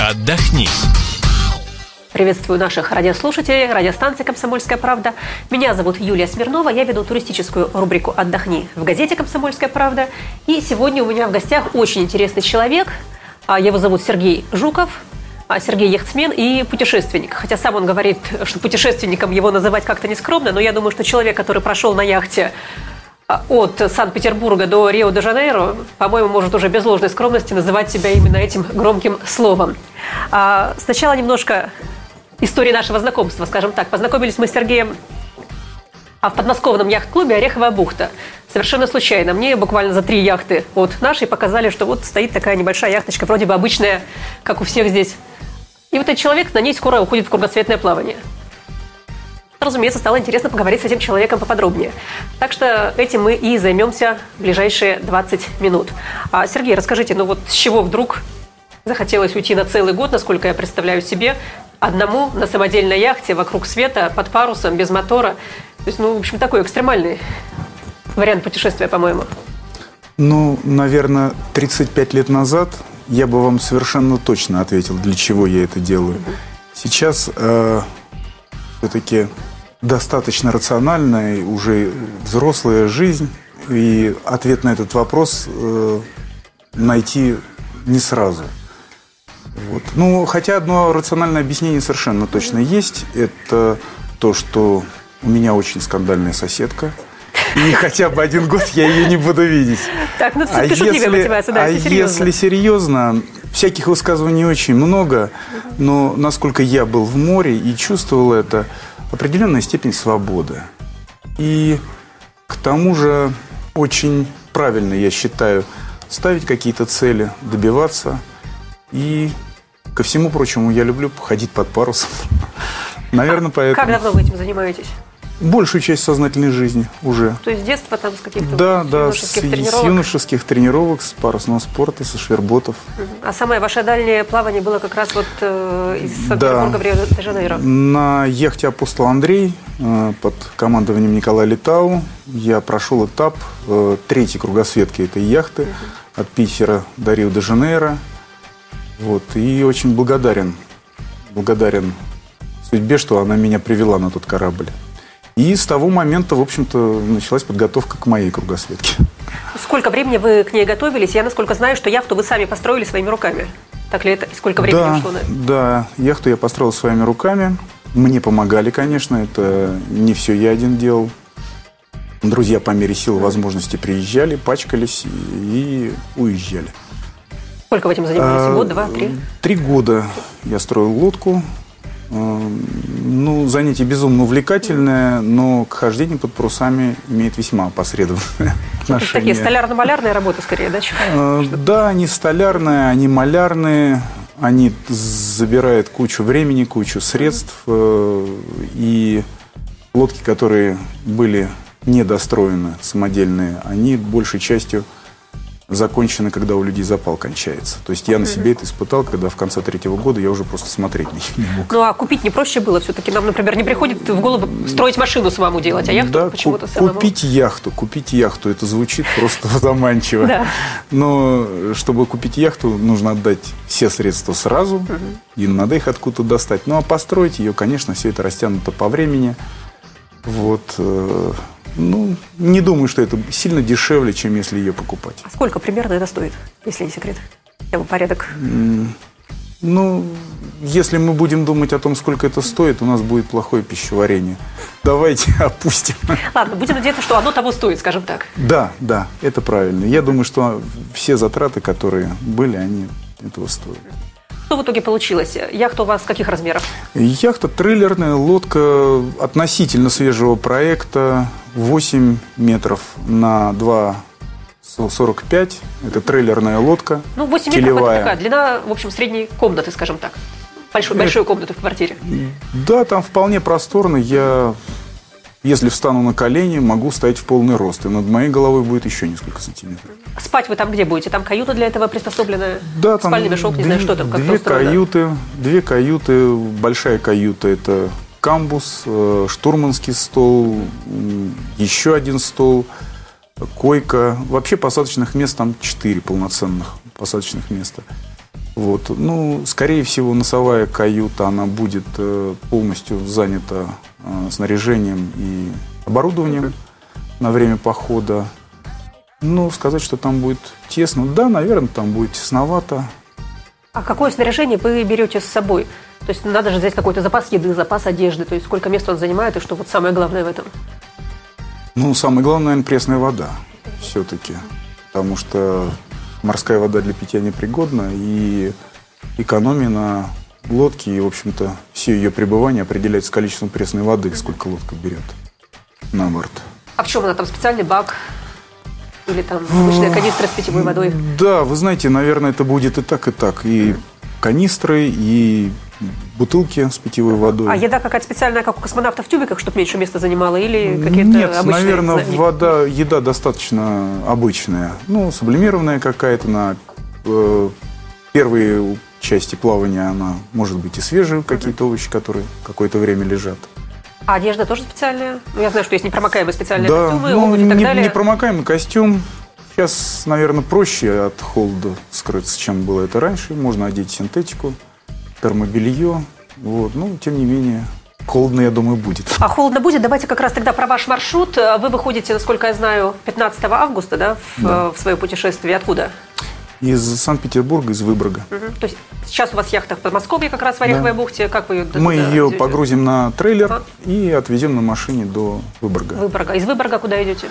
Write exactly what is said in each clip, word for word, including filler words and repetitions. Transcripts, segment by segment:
отдохни. Приветствую наших радиослушателей, радиостанции «Комсомольская правда». Меня зовут Юлия Смирнова, я веду туристическую рубрику «Отдохни» в газете «Комсомольская правда». И сегодня у меня в гостях очень интересный человек. Его зовут Сергей Жуков, Сергей яхтсмен и путешественник. Хотя сам он говорит, что путешественником его называть как-то нескромно, но я думаю, что человек, который прошел на яхте от Санкт-Петербурга до Рио-де-Жанейро, по-моему, может уже без ложной скромности называть себя именно этим громким словом. Сначала немножко истории нашего знакомства, скажем так. Познакомились мы с Сергеем в подмосковном яхт-клубе «Ореховая бухта». Совершенно случайно. Мне буквально за три яхты от нашей показали, что вот стоит такая небольшая яхточка, вроде бы обычная, как у всех здесь. И вот этот человек на ней скоро уходит в кругосветное плавание. Разумеется, стало интересно поговорить с этим человеком поподробнее. Так что этим мы и займемся в ближайшие двадцать минут. А, Сергей, расскажите, ну вот с чего вдруг захотелось уйти на целый год, насколько я представляю себе, одному на самодельной яхте вокруг света, под парусом, без мотора? То есть, ну, в общем, такой экстремальный вариант путешествия, по-моему. Ну, наверное, тридцать пять лет назад я бы вам совершенно точно ответил, для чего я это делаю. Сейчас э, все-таки достаточно рациональная, уже взрослая жизнь, и ответ на этот вопрос э, найти не сразу. Вот. Ну, хотя одно рациональное объяснение совершенно точно есть. Это то, что у меня очень скандальная соседка. И хотя бы один год я ее не буду видеть. Так, ну все-таки шутливая мотивация, да, а если серьезно. если серьезно, всяких высказываний очень много, но насколько я был в море и чувствовал это, определенная степень свободы. И к тому же очень правильно, я считаю, ставить какие-то цели, добиваться. И ко всему прочему, я люблю ходить под парусом. Наверное, поэтому. Как давно вы этим занимаетесь? Большую часть сознательной жизни уже. То есть с детства там с каких-то да, вот, да, юношеских с, тренировок? с юношеских тренировок, с парусного спорта, со шверботов. А самое ваше дальнее плавание было как раз вот э, из Санкт-Петербурга да. в Рио-де-Жанейро? На яхте «Апостол Андрей» э, под командованием Николая Литау я прошел этап э, третьей кругосветки этой яхты угу. от Питера до Рио-де-Жанейро. Вот, и очень благодарен, благодарен судьбе, что она меня привела на тот корабль. И с того момента, в общем-то, началась подготовка к моей кругосветке. Сколько времени вы к ней готовились? Я, насколько знаю, что яхту вы сами построили своими руками. Так ли это? И сколько времени да, ушло на это? Да, яхту я построил своими руками. Мне помогали, конечно, это не все я один делал. Друзья по мере сил и возможности приезжали, пачкались и уезжали. Сколько вы этим занимались? Год, два, три? Три года я строил лодку. Ну, занятие безумно увлекательное, но к хождению под парусами имеет весьма опосредованное отношение. Такие столярно-малярные работы скорее, да? Да, они столярные, они малярные, они забирают кучу времени, кучу средств. И лодки, которые были недостроены, самодельные, они большей частью закончены, когда у людей запал кончается. То есть я на себе это испытал, когда в конце третьего года я уже просто смотреть на них не мог. Ну, а купить не проще было все-таки? Нам, например, не приходит в голову строить машину самому делать, а яхту да, почему-то ку- самому. Купить яхту, купить яхту, это звучит просто заманчиво. Да. Но чтобы купить яхту, нужно отдать все средства сразу, угу. и надо их откуда-то достать. Ну, а построить ее, конечно, все это растянуто по времени. Вот. Ну, не думаю, что это сильно дешевле, чем если ее покупать. А сколько примерно это стоит, если не секрет? Хотя бы порядок. Mm, ну, если мы будем думать о том, сколько это стоит, у нас будет плохое пищеварение. Давайте опустим. Ладно, будем надеяться, что оно того стоит, скажем так. Да, да, это правильно. Я думаю, что все затраты, которые были, они этого стоят. Что в итоге получилось? Яхта у вас каких размеров? Яхта трейлерная, лодка относительно свежего проекта, восемь метров на два сорок пять. Это трейлерная лодка. Ну, восемь метров – это такая длина, в общем, средней комнаты, скажем так. Большой, большой комнаты в квартире. Да, там вполне просторно. Я Если встану на колени, могу стоять в полный рост. И над моей головой будет еще несколько сантиметров. Спать вы там где будете? Там каюта для этого приспособленная? Да, там спальный мешок, не две, знаю, что там, как две каюты, две каюты. Большая каюта – это камбуз, штурманский стол, еще один стол, койка. Вообще посадочных мест там четыре полноценных посадочных места. Вот. Ну, скорее всего, носовая каюта, она будет э, полностью занята э, снаряжением и оборудованием mm-hmm. на время похода. Ну, сказать, что там будет тесно, да, наверное, там будет тесновато. А какое снаряжение вы берете с собой? То есть надо же взять какой-то запас еды, запас одежды, то есть сколько места он занимает и что вот самое главное в этом? Ну, самое главное, наверное, пресная вода все-таки, потому что морская вода для питья непригодна, и экономия на лодке, и, в общем-то, все ее пребывание определяется количеством пресной воды, сколько лодка берет на борт. А в чем она? Там специальный бак? Или там обычная канистра с питьевой водой? Да, вы знаете, наверное, это будет и так, и так. И канистры, и бутылки с питьевой водой. А еда какая-то специальная, как у космонавтов в тюбиках, чтобы меньше места занимала? Или какие-то Нет, обычные? наверное, вода, еда достаточно обычная. Ну, сублимированная какая-то на э, первые части плавания она может быть и свежие, какие-то овощи, которые какое-то время лежат. А одежда тоже специальная? Ну, я знаю, что есть непромокаемые специальные да, костюмы, ну, обувь и так не, далее. Непромокаемый костюм. Сейчас, наверное, проще от холода скрыться, чем было это раньше. Можно одеть синтетику, термобелье. Вот. Ну, тем не менее, холодно, я думаю, будет. А холодно будет? Давайте как раз тогда про ваш маршрут. Вы выходите, насколько я знаю, пятнадцатого августа, да, в, да. в свое путешествие. Откуда? Из Санкт-Петербурга, из Выборга. Угу. То есть сейчас у вас яхта в Подмосковье, как раз в Ореховой да. бухте. Как вы ее Мы ее идете? погрузим на трейлер ага. и отвезем на машине до Выборга. Выборга. Из Выборга куда идете?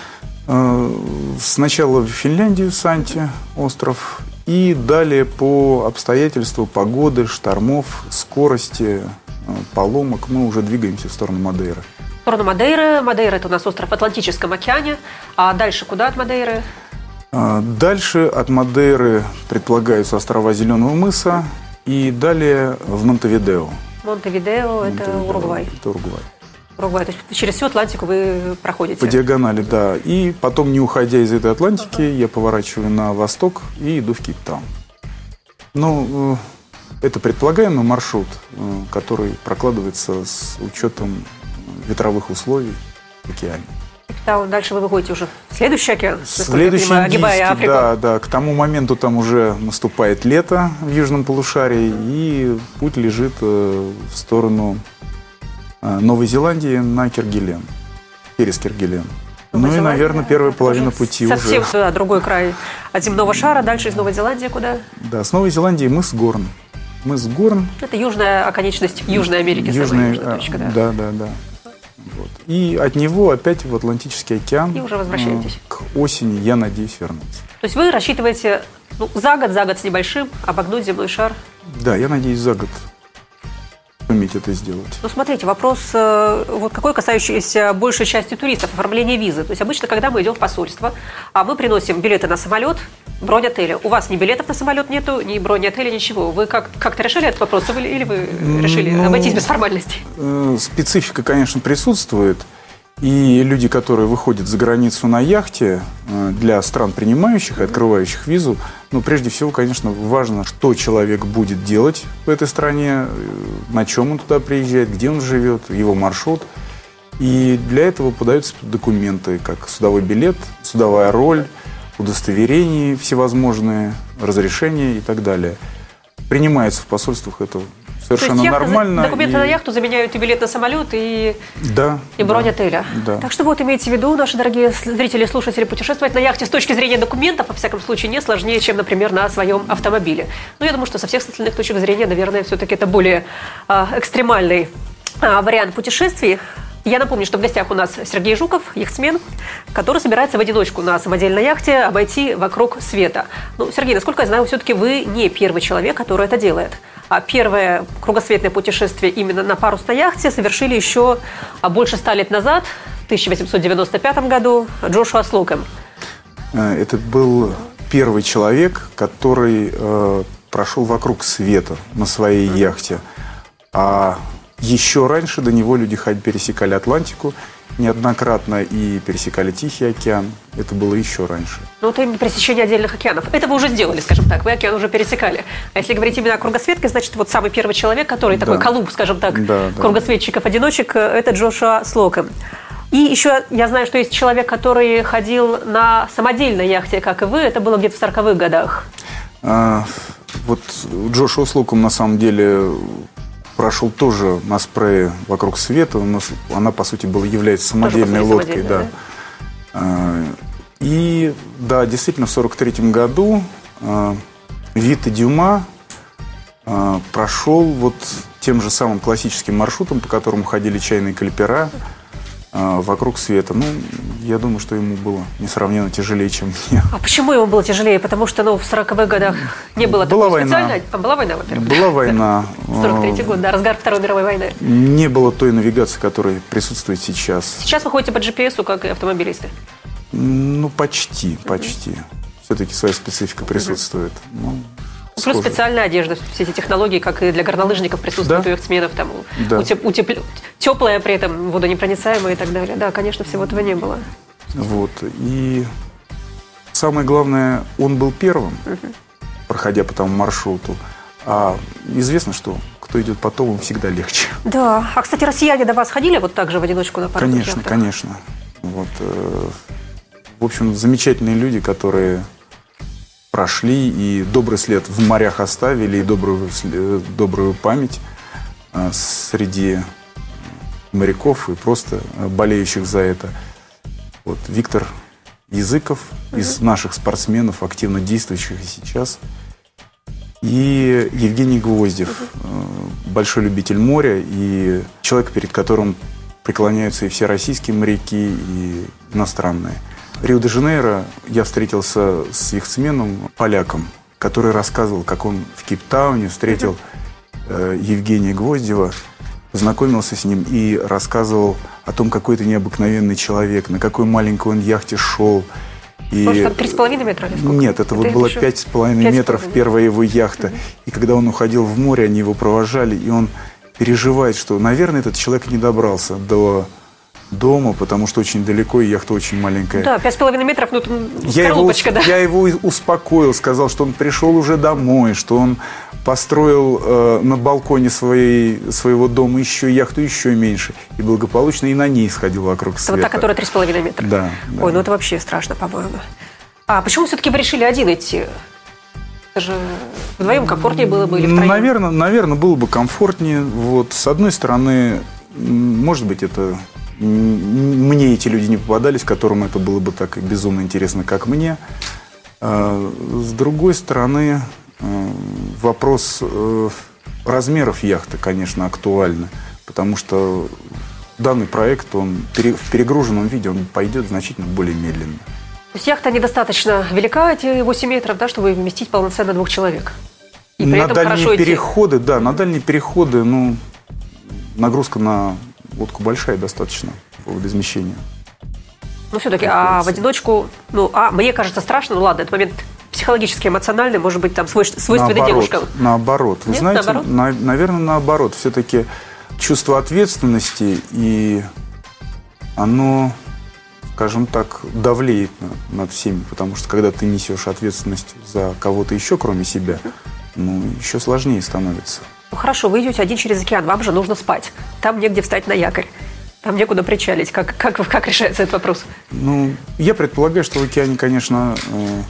Сначала в Финляндию, Санти, остров, и далее по обстоятельствам погоды, штормов, скорости, поломок мы уже двигаемся в сторону Мадейры. В сторону Мадейры. Мадейра – это у нас остров в Атлантическом океане. А дальше куда от Мадейры? Дальше от Мадейры предполагаются острова Зеленого мыса и далее в Монтевидео. Монтевидео – это Уругвай. Это Уругвай. Уругвай. То есть через всю Атлантику вы проходите? По диагонали, да. И потом, не уходя из этой Атлантики, uh-huh. я поворачиваю на восток и иду в Кейптаун. Ну, это предполагаемый маршрут, который прокладывается с учетом ветровых условий в океане. Кейптаун. Дальше вы выходите уже в следующий океан, следующий, я понимаю, огибая Африку. Да, да. К тому моменту там уже наступает лето в южном полушарии, и путь лежит в сторону Новой Зеландии на Кергилен, через Кергилен. Ну и, наверное, первая половина пути совсем уже. Совсем другой край от земного шара. Дальше из Новой Зеландии куда? Да, с Новой Зеландии мыс Горн. Мыс Горн. Это южная оконечность Южной Америки. Южная, самая южная точка, да. Да, да, да. Вот. И от него опять в Атлантический океан. И уже возвращаетесь. К осени, я надеюсь, вернуться. То есть вы рассчитываете ну, за год, за год с небольшим обогнуть земной шар? Да, я надеюсь, за год уметь это сделать. Ну, смотрите, вопрос, вот какой касающийся большей части туристов, оформления визы. То есть обычно, когда мы идем в посольство, а мы приносим билеты на самолет, бронь отеля. У вас ни билетов на самолет нету, ни брони отеля, ничего. Вы как- как-то решили этот вопрос или вы решили ну, обойтись без формальностей? Специфика, конечно, присутствует. И люди, которые выходят за границу на яхте, для стран принимающих и открывающих визу, ну, прежде всего, конечно, важно, что человек будет делать в этой стране, на чем он туда приезжает, где он живет, его маршрут. И для этого подаются документы, как судовой билет, судовая роль, удостоверения всевозможные, разрешения и так далее. Принимается в посольствах это совершенно яхта, нормально. Документы и... на яхту заменяют и билет на самолет, и, да, и бронь да, отеля. Да. Так что вот имейте в виду, наши дорогие зрители, слушатели, путешествовать на яхте с точки зрения документов, во всяком случае, не сложнее, чем, например, на своем автомобиле. Но я думаю, что со всех остальных точек зрения, наверное, все-таки это более а, экстремальный а, вариант путешествий. Я напомню, что в гостях у нас Сергей Жуков, яхтсмен, который собирается в одиночку на самодельной яхте обойти вокруг света. Ну, Сергей, насколько я знаю, все-таки вы не первый человек, который это делает. А первое кругосветное путешествие именно на парусной яхте совершили еще больше ста лет назад, в тысяча восемьсот девяносто пятом году, Джошуа Слокем. Это был первый человек, который э, прошел вокруг света на своей mm-hmm. яхте. А еще раньше до него люди пересекали Атлантику неоднократно и пересекали Тихий океан. Это было еще раньше. Ну, это именно пересечение отдельных океанов. Это вы уже сделали, скажем так. Вы океан уже пересекали. А если говорить именно о кругосветке, значит, вот самый первый человек, который да. такой Колумб, скажем так, да, кругосветчиков-одиночек, это Джошуа Слокем. И еще я знаю, что есть человек, который ходил на самодельной яхте, как и вы. Это было где-то в сороковых годах. А, вот Джошуа Слокум на самом деле прошел тоже на спрее «Вокруг света». Она, по сути, была, является самодельной лодкой. Да. Да. И, да, действительно, в сорок третьем году Вита Дюма прошел вот тем же самым классическим маршрутом, по которому ходили чайные калипера, «Вокруг света». Ну, я думаю, что ему было несравненно тяжелее, чем мне. А почему ему было тяжелее? Потому что, ну, в сороковых годах не было была такой война. специальной... А была война, во-первых? Была война. сорок третий год, да, разгар Второй мировой войны. Не было той навигации, которая присутствует сейчас. Сейчас вы ходите по джи пи эсу, как и автомобилисты? Ну, почти, почти. Uh-huh. Все-таки своя специфика присутствует. Uh-huh. Ну, плюс схоже. Специальная одежда, все эти технологии, как и для горнолыжников присутствуют, да? У яхтсменов, там, да. утеп, утеп, теплая при этом, водонепроницаемая и так далее. Да, конечно, всего этого не было. Вот. И самое главное, он был первым, uh-huh. проходя по тому маршруту. А известно, что кто идет потом, им всегда легче. Да. А, кстати, россияне до вас ходили вот так же в одиночку на парусных Конечно, яхтах? конечно. Вот. В общем, замечательные люди, которые прошли и добрый след в морях оставили, и добрую, добрую память среди моряков и просто болеющих за это. Вот Виктор Языков mm-hmm. из наших спортсменов, активно действующих и сейчас. И Евгений Гвоздев, mm-hmm. большой любитель моря и человек, перед которым преклоняются и все российские моряки, и иностранные. В Рио-де-Жанейро я встретился с яхтсменом, поляком, который рассказывал, как он в Кейптауне встретил э, Евгения Гвоздева, познакомился с ним и рассказывал о том, какой это необыкновенный человек, на какой маленькой он яхте шел. И... Может, там три с половиной метра или сколько? Нет, это, это вот было пять с половиной метров, первая его яхта. Mm-hmm. И когда он уходил в море, они его провожали, и он переживает, что, наверное, этот человек не добрался до дома, потому что очень далеко, и яхта очень маленькая. Да, пять с половиной метров, ну, я его, да. Я его успокоил, сказал, что он пришел уже домой, что он построил э, на балконе своей, своего дома еще яхту еще меньше, и благополучно и на ней сходил вокруг света. Вот та, которая три с половиной метра? Да, да. Ой, ну это вообще страшно, по-моему. А почему все-таки вы решили один идти? Это же вдвоем комфортнее было бы или втроем? Наверное, наверное, было бы комфортнее. Вот. С одной стороны, может быть, это... Мне эти люди не попадались, которым это было бы так безумно интересно, как мне. С другой стороны, вопрос размеров яхты, конечно, актуальный, потому что данный проект, он в перегруженном виде, он пойдет значительно более медленно. То есть яхта недостаточно велика, эти восемь метров, да, чтобы вместить полноценно двух человек? И при на этом дальние хорошо переходы, идти. Да, на дальние переходы, ну, нагрузка на лодку большая достаточно по водоизмещению. Ну, все-таки, а в одиночку, ну, а мне кажется страшно, ну, ладно, это момент психологически эмоциональный, может быть, там свойственный наоборот, девушкам. Наоборот. Вы Нет, знаете, наоборот? На, наверное, наоборот. Все-таки чувство ответственности, и оно, скажем так, давлеет на, над всеми, потому что когда ты несешь ответственность за кого-то еще, кроме себя, ну, еще сложнее становится. Ну, хорошо, вы идете один через океан, вам же нужно спать. Там негде встать на якорь. Там некуда причалить. Как, как, как решается этот вопрос? Ну, я предполагаю, что в океане, конечно, э,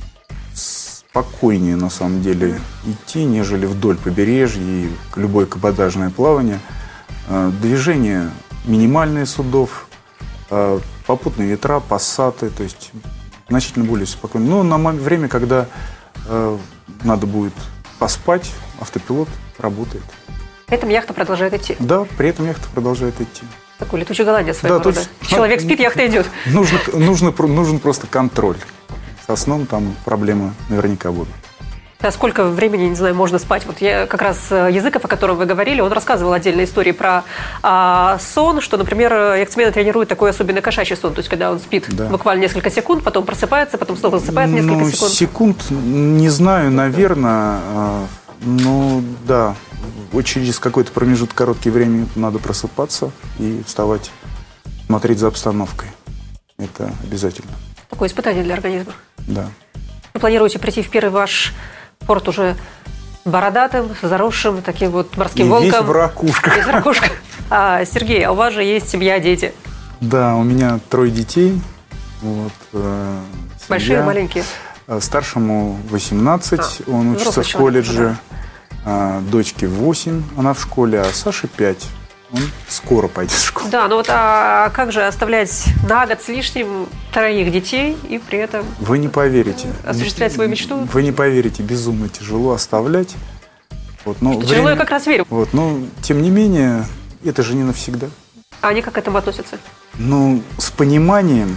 спокойнее, на самом деле, идти, нежели вдоль побережья и любое каботажное плавание. Э, движение минимальное судов, э, попутные ветра, пассаты, то есть значительно более спокойно. Но на время, когда э, надо будет поспать, автопилот работает. При этом яхта продолжает идти? Да, при этом яхта продолжает идти. Такой летучий голландец своего да, рода. есть, Человек спит, яхта идет. Нужно, нужно, нужен просто контроль. Со сном там проблемы наверняка будут. А сколько времени, не знаю, можно спать? Вот я как раз Языков, о котором вы говорили, он рассказывал отдельные истории про а, сон, что, например, яхтсмены тренируют такой особенный кошачий сон, то есть когда он спит да. буквально несколько секунд, потом просыпается, потом снова засыпает несколько ну, секунд. Секунд, не знаю, наверное, но да, через какой-то промежуток короткий времени надо просыпаться и вставать, смотреть за обстановкой. Это обязательно. Такое испытание для организма. Да. Вы планируете прийти в первый ваш порт уже бородатым, заросшим, таким вот морским и волком. Весь в ракушках. Весь в ракушках. А, Сергей, а у вас же есть семья, дети. Да, у меня трое детей. Вот, э, Большие и маленькие? Старшему восемнадцать, а, он учится в колледже. Да. Дочке восемь, она в школе, а Саше пять. Он скоро пойдет в школу. Да, ну вот а как же оставлять на год с лишним троих детей и при этом... Вы не поверите. Осуществлять свою мечту? Вы не поверите, безумно тяжело оставлять. Вот, но Что время... тяжело, я как раз верю. Вот, но, тем не менее, это же не навсегда. А они как к этому относятся? Ну, с пониманием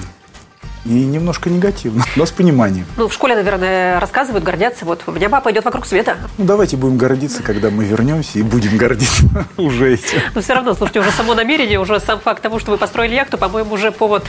и немножко негативно, но с пониманием. Ну, в школе, наверное, рассказывают, гордятся. Вот у меня папа идет вокруг света. Ну, давайте будем гордиться, когда мы вернемся, и будем гордиться уже этим. Но все равно, слушайте, уже само намерение, уже сам факт того, что вы построили яхту, по-моему, уже повод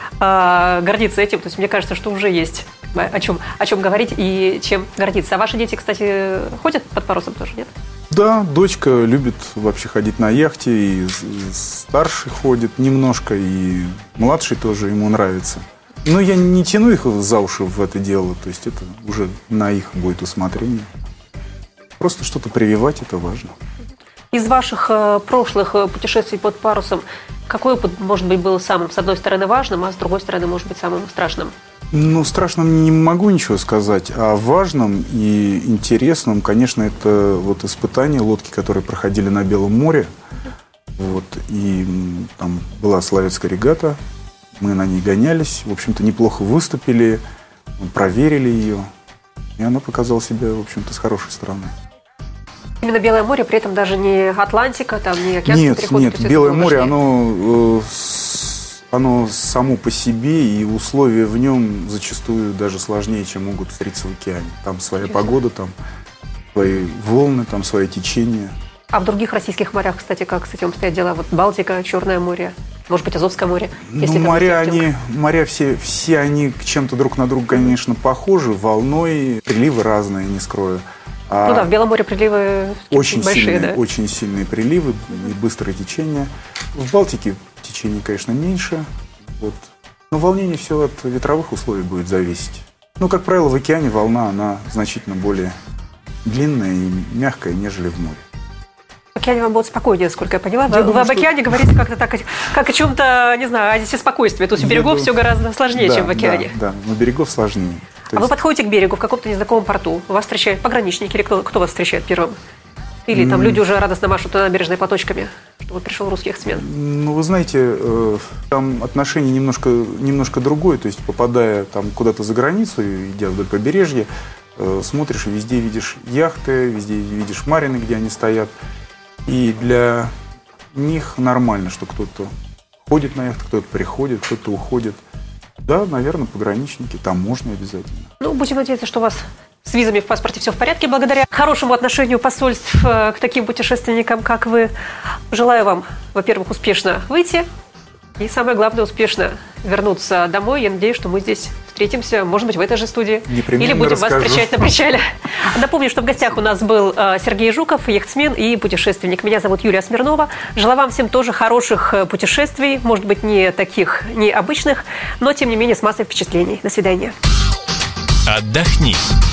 э, гордиться этим. То есть мне кажется, что уже есть о чем, о чем говорить и чем гордиться. А ваши дети, кстати, ходят под парусом тоже, нет? Да, дочка любит вообще ходить на яхте, и старший ходит немножко, и младший тоже ему нравится. Но я не тяну их за уши в это дело, то есть это уже на их будет усмотрение. Просто что-то прививать, это важно. Из ваших э, прошлых э, путешествий под парусом, какой опыт, может быть, был самым, с одной стороны, важным, а с другой стороны, может быть, самым страшным? Ну, страшным не могу ничего сказать, а важным и интересным, конечно, это вот испытания лодки, которые проходили на Белом море. Вот, и там была Соловецкая регата. Мы на ней гонялись, в общем-то, неплохо выступили, проверили ее, и она показала себя, в общем-то, с хорошей стороны. Именно Белое море, при этом даже не Атлантика, там, не океанский нет, переход? Нет, нет, Белое море, оно, оно само по себе, и условия в нем зачастую даже сложнее, чем могут встретиться в океане. Там своя Интересно. Погода, там свои волны, там свои течения. А в других российских морях, кстати, как с этим стоят дела? Вот Балтика, Черное море, может быть, Азовское море? Ну, моря, они, моря все, все они чем-то друг на друга, конечно, похожи, волной, приливы разные, не скрою. А ну да, в Белом море приливы очень большие, сильные, да? Очень сильные приливы и быстрое течение. В Балтике течение, конечно, меньше. Вот. Но волнение все от ветровых условий будет зависеть. Ну, как правило, в океане волна, она значительно более длинная и мягкая, нежели в море. В океане вам будет спокойнее, сколько я поняла. Я Вы думаю, об океане что... говорите как-то так, как о чем-то, не знаю, о спокойствии. То есть у берегов думаю... все гораздо сложнее, да, чем в океане. Да, да, у берегов сложнее. То а есть... вы подходите к берегу в каком-то незнакомом порту, вас встречают пограничники или кто, кто вас встречает первым? Или там mm. люди уже радостно машут набережной платочками, что вот пришел русский яхтсмен? Ну, вы знаете, там отношение немножко, немножко другое. То есть, попадая там куда-то за границу, идя вдоль побережья, смотришь и везде видишь яхты, везде видишь марины, где они стоят. И для них нормально, что кто-то ходит на яхту, кто-то приходит, кто-то уходит. Да, наверное, пограничники, таможня обязательно. Ну, будем надеяться, что у вас с визами в паспорте все в порядке, благодаря хорошему отношению посольств к таким путешественникам, как вы. Желаю вам, во-первых, успешно выйти и, самое главное, успешно вернуться домой. Я надеюсь, что мы здесь встретимся, может быть, в этой же студии. Непременно или будем расскажу. Вас встречать на причале. Напомню, что в гостях у нас был Сергей Жуков, яхтсмен и путешественник. Меня зовут Юлия Смирнова. Желаю вам всем тоже хороших путешествий, может быть, не таких необычных, но, тем не менее, с массой впечатлений. До свидания. Отдохни.